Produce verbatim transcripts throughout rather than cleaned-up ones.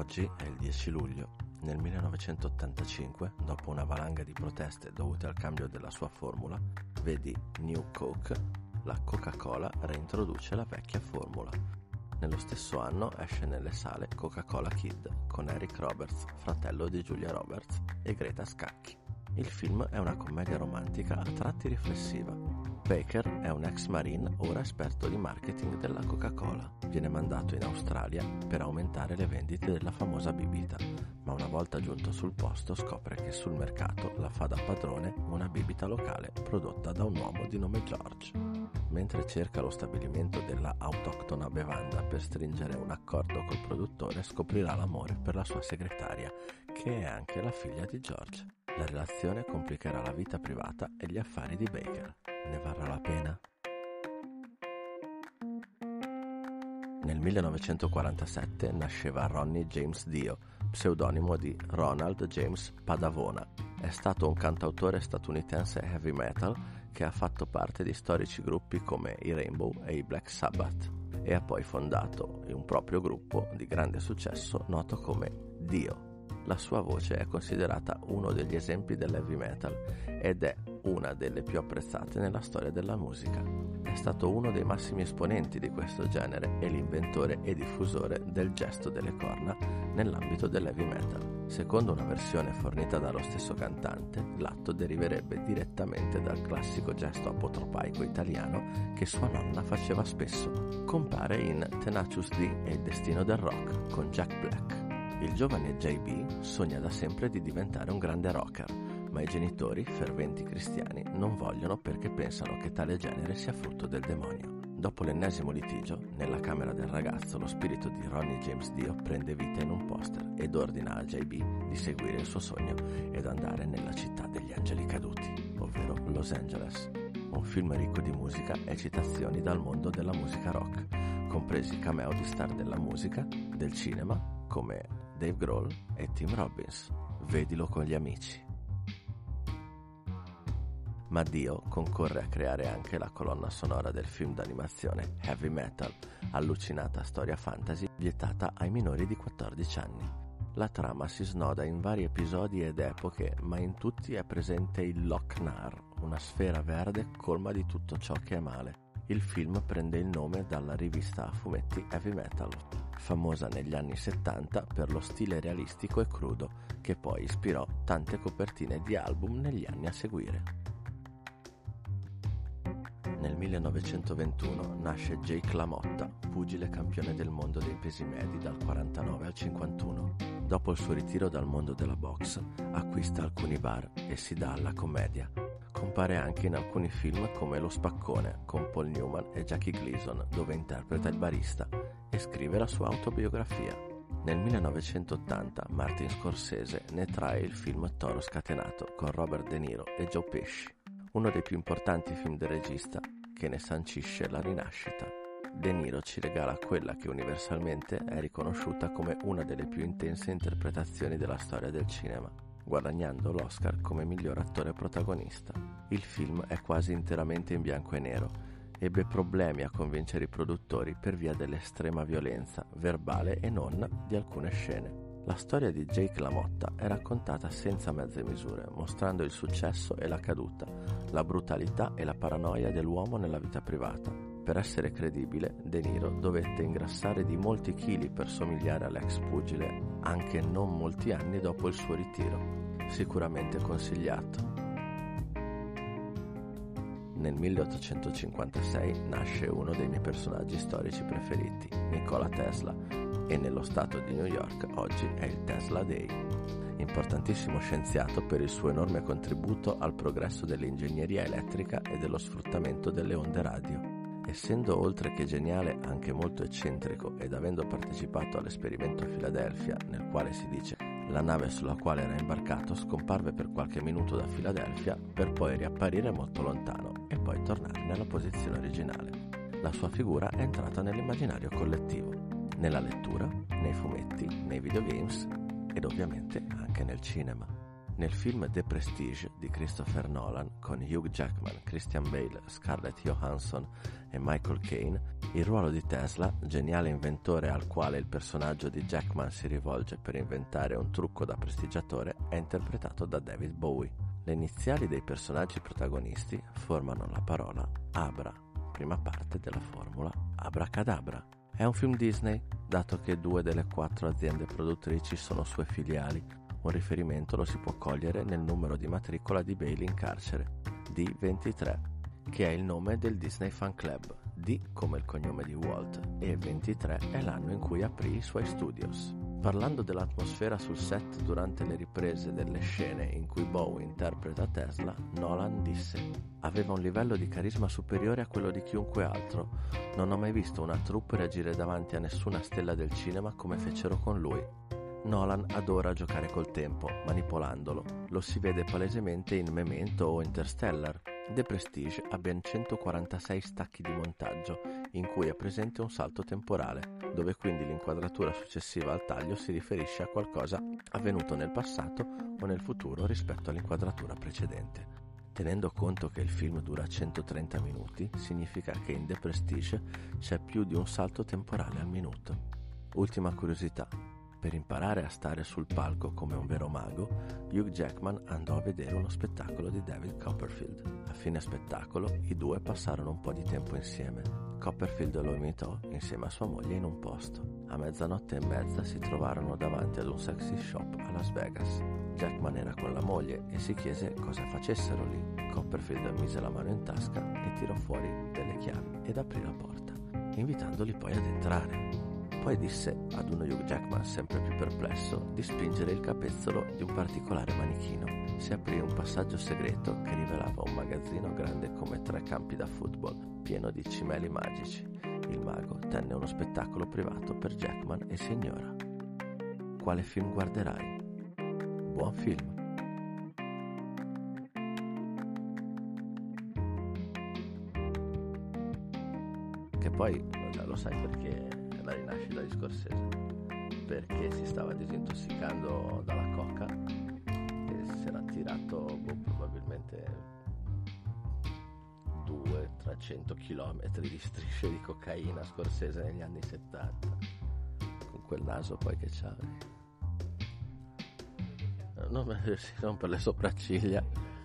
Oggi è il dieci luglio. Nel millenovecentottantacinque, dopo una valanga di proteste dovute al cambio della sua formula, vedi New Coke, la Coca-Cola reintroduce la vecchia formula. Nello stesso anno esce nelle sale Coca-Cola Kid con Eric Roberts, fratello di Julia Roberts, e Greta Scacchi. Il film è una commedia romantica a tratti riflessiva. Baker è un ex marine ora esperto di marketing della Coca-Cola. Viene mandato in Australia per aumentare le vendite della famosa bibita, ma una volta giunto sul posto scopre che sul mercato la fa da padrone una bibita locale prodotta da un uomo di nome George. Mentre cerca lo stabilimento della autoctona bevanda per stringere un accordo col produttore, scoprirà l'amore per la sua segretaria, che è anche la figlia di George. La relazione complicherà la vita privata e gli affari di Baker. Ne varrà la pena? Nel millenovecentoquarantasette nasceva Ronnie James Dio, pseudonimo di Ronald James Padavona. È stato un cantautore statunitense heavy metal che ha fatto parte di storici gruppi come i Rainbow e i Black Sabbath e ha poi fondato un proprio gruppo di grande successo noto come Dio. La sua voce è considerata uno degli esempi dell'heavy metal ed è una delle più apprezzate nella storia della musica. È stato uno dei massimi esponenti di questo genere e l'inventore e diffusore del gesto delle corna nell'ambito dell'heavy metal. Secondo una versione fornita dallo stesso cantante, l'atto deriverebbe direttamente dal classico gesto apotropaico italiano che sua nonna faceva spesso. Compare in Tenacious D e il destino del rock con Jack Black. Il giovane J B sogna da sempre di diventare un grande rocker, ma i genitori, ferventi cristiani, non vogliono perché pensano che tale genere sia frutto del demonio. Dopo l'ennesimo litigio, nella camera del ragazzo lo spirito di Ronnie James Dio prende vita in un poster ed ordina a J B di seguire il suo sogno ed andare nella città degli angeli caduti, ovvero Los Angeles. Un film ricco di musica e citazioni dal mondo della musica rock, compresi cameo di star della musica, del cinema, come Dave Grohl e Tim Robbins. Vedilo con gli amici. Ma Dio concorre a creare anche la colonna sonora del film d'animazione Heavy Metal, allucinata storia fantasy vietata ai minori di quattordici anni. La trama si snoda in vari episodi ed epoche, ma in tutti è presente il Loch-Nar, una sfera verde colma di tutto ciò che è male. Il film prende il nome dalla rivista a fumetti Heavy Metal, famosa negli anni settanta per lo stile realistico e crudo, che poi ispirò tante copertine di album negli anni a seguire. Nel millenovecentoventuno nasce Jake LaMotta, pugile campione del mondo dei pesi medi dal quarantanove al cinquantuno. Dopo il suo ritiro dal mondo della box, acquista alcuni bar e si dà alla commedia. Compare anche in alcuni film come Lo Spaccone con Paul Newman e Jackie Gleason, dove interpreta il barista, e scrive la sua autobiografia. Nel millenovecentottanta Martin Scorsese ne trae il film Toro Scatenato con Robert De Niro e Joe Pesci, uno dei più importanti film del regista che ne sancisce la rinascita. De Niro ci regala quella che universalmente è riconosciuta come una delle più intense interpretazioni della storia del cinema, guadagnando l'Oscar come miglior attore protagonista. Il film è quasi interamente in bianco e nero. Ebbe problemi a convincere i produttori per via dell'estrema violenza, verbale e non, di alcune scene. La storia di Jake LaMotta è raccontata senza mezze misure, mostrando il successo e la caduta, la brutalità e la paranoia dell'uomo nella vita privata. Per essere credibile, De Niro dovette ingrassare di molti chili per somigliare all'ex pugile, anche non molti anni dopo il suo ritiro. Sicuramente consigliato. Nel milleottocentocinquantasei nasce uno dei miei personaggi storici preferiti, Nikola Tesla, e nello stato di New York oggi è il Tesla Day. Importantissimo scienziato per il suo enorme contributo al progresso dell'ingegneria elettrica e dello sfruttamento delle onde radio. Essendo oltre che geniale anche molto eccentrico ed avendo partecipato all'esperimento a Filadelfia, nel quale si dice la nave sulla quale era imbarcato scomparve per qualche minuto da Filadelfia per poi riapparire molto lontano e poi tornare nella posizione originale. La sua figura è entrata nell'immaginario collettivo, nella lettura, nei fumetti, nei videogames ed ovviamente anche nel cinema. Nel film The Prestige di Christopher Nolan con Hugh Jackman, Christian Bale, Scarlett Johansson e Michael Caine, Il ruolo di Tesla, geniale inventore al quale il personaggio di Jackman si rivolge per inventare un trucco da prestigiatore, è interpretato da David Bowie. Le iniziali dei personaggi protagonisti formano la parola Abra, prima parte della formula Abracadabra. È un film Disney, dato che due delle quattro aziende produttrici sono sue filiali. Un riferimento lo si può cogliere nel numero di matricola di Bailey in carcere, D ventitré, che è il nome del Disney Fan Club, D come il cognome di Walt, e ventitré è l'anno in cui aprì i suoi studios. Parlando dell'atmosfera sul set durante le riprese delle scene in cui Bowie interpreta Tesla, Nolan disse: «Aveva un livello di carisma superiore a quello di chiunque altro. Non ho mai visto una troupe reagire davanti a nessuna stella del cinema come fecero con lui». Nolan adora giocare col tempo, manipolandolo. Lo si vede palesemente in Memento o Interstellar. The Prestige ha ben centoquarantasei stacchi di montaggio, in cui è presente un salto temporale, dove quindi l'inquadratura successiva al taglio si riferisce a qualcosa avvenuto nel passato o nel futuro rispetto all'inquadratura precedente. Tenendo conto che il film dura centotrenta minuti, significa che in The Prestige c'è più di un salto temporale al minuto. Ultima curiosità. Per imparare a stare sul palco come un vero mago, Hugh Jackman andò a vedere uno spettacolo di David Copperfield. A fine spettacolo, i due passarono un po' di tempo insieme. Copperfield lo imitò insieme a sua moglie in un posto. A mezzanotte e mezza si trovarono davanti ad un sexy shop a Las Vegas. Jackman era con la moglie e si chiese cosa facessero lì. Copperfield mise la mano in tasca e tirò fuori delle chiavi ed aprì la porta, invitandoli poi ad entrare. Poi disse ad uno Hugh Jackman sempre più perplesso di spingere il capezzolo di un particolare manichino. Si aprì un passaggio segreto che rivelava un magazzino grande come tre campi da football, pieno di cimeli magici. Il mago tenne uno spettacolo privato per Jackman e signora. Quale film guarderai? Buon film! Che poi lo sai perché la rinascita di Scorsese, perché si stava disintossicando dalla coca e si era tirato boh, probabilmente duecento trecento chilometri di strisce di cocaina Scorsese negli anni settanta, con quel naso poi che c'ha, non, non per le sopracciglia.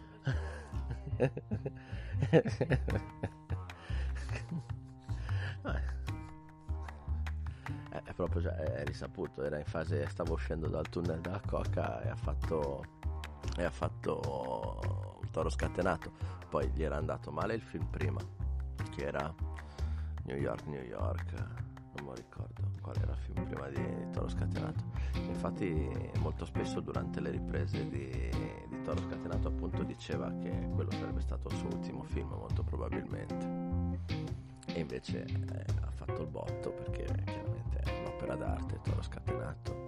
È proprio già è risaputo, era in fase, stava uscendo dal tunnel della coca e ha fatto e ha fatto il Toro Scatenato. Poi gli era andato male il film prima, che era New York New York, non mi ricordo qual era il film prima di, di Toro Scatenato. Infatti molto spesso durante le riprese di, di Toro Scatenato appunto diceva che quello sarebbe stato il suo ultimo film molto probabilmente, e invece eh, ha fatto il botto perché chiaramente è un'opera d'arte Toro Scatenato,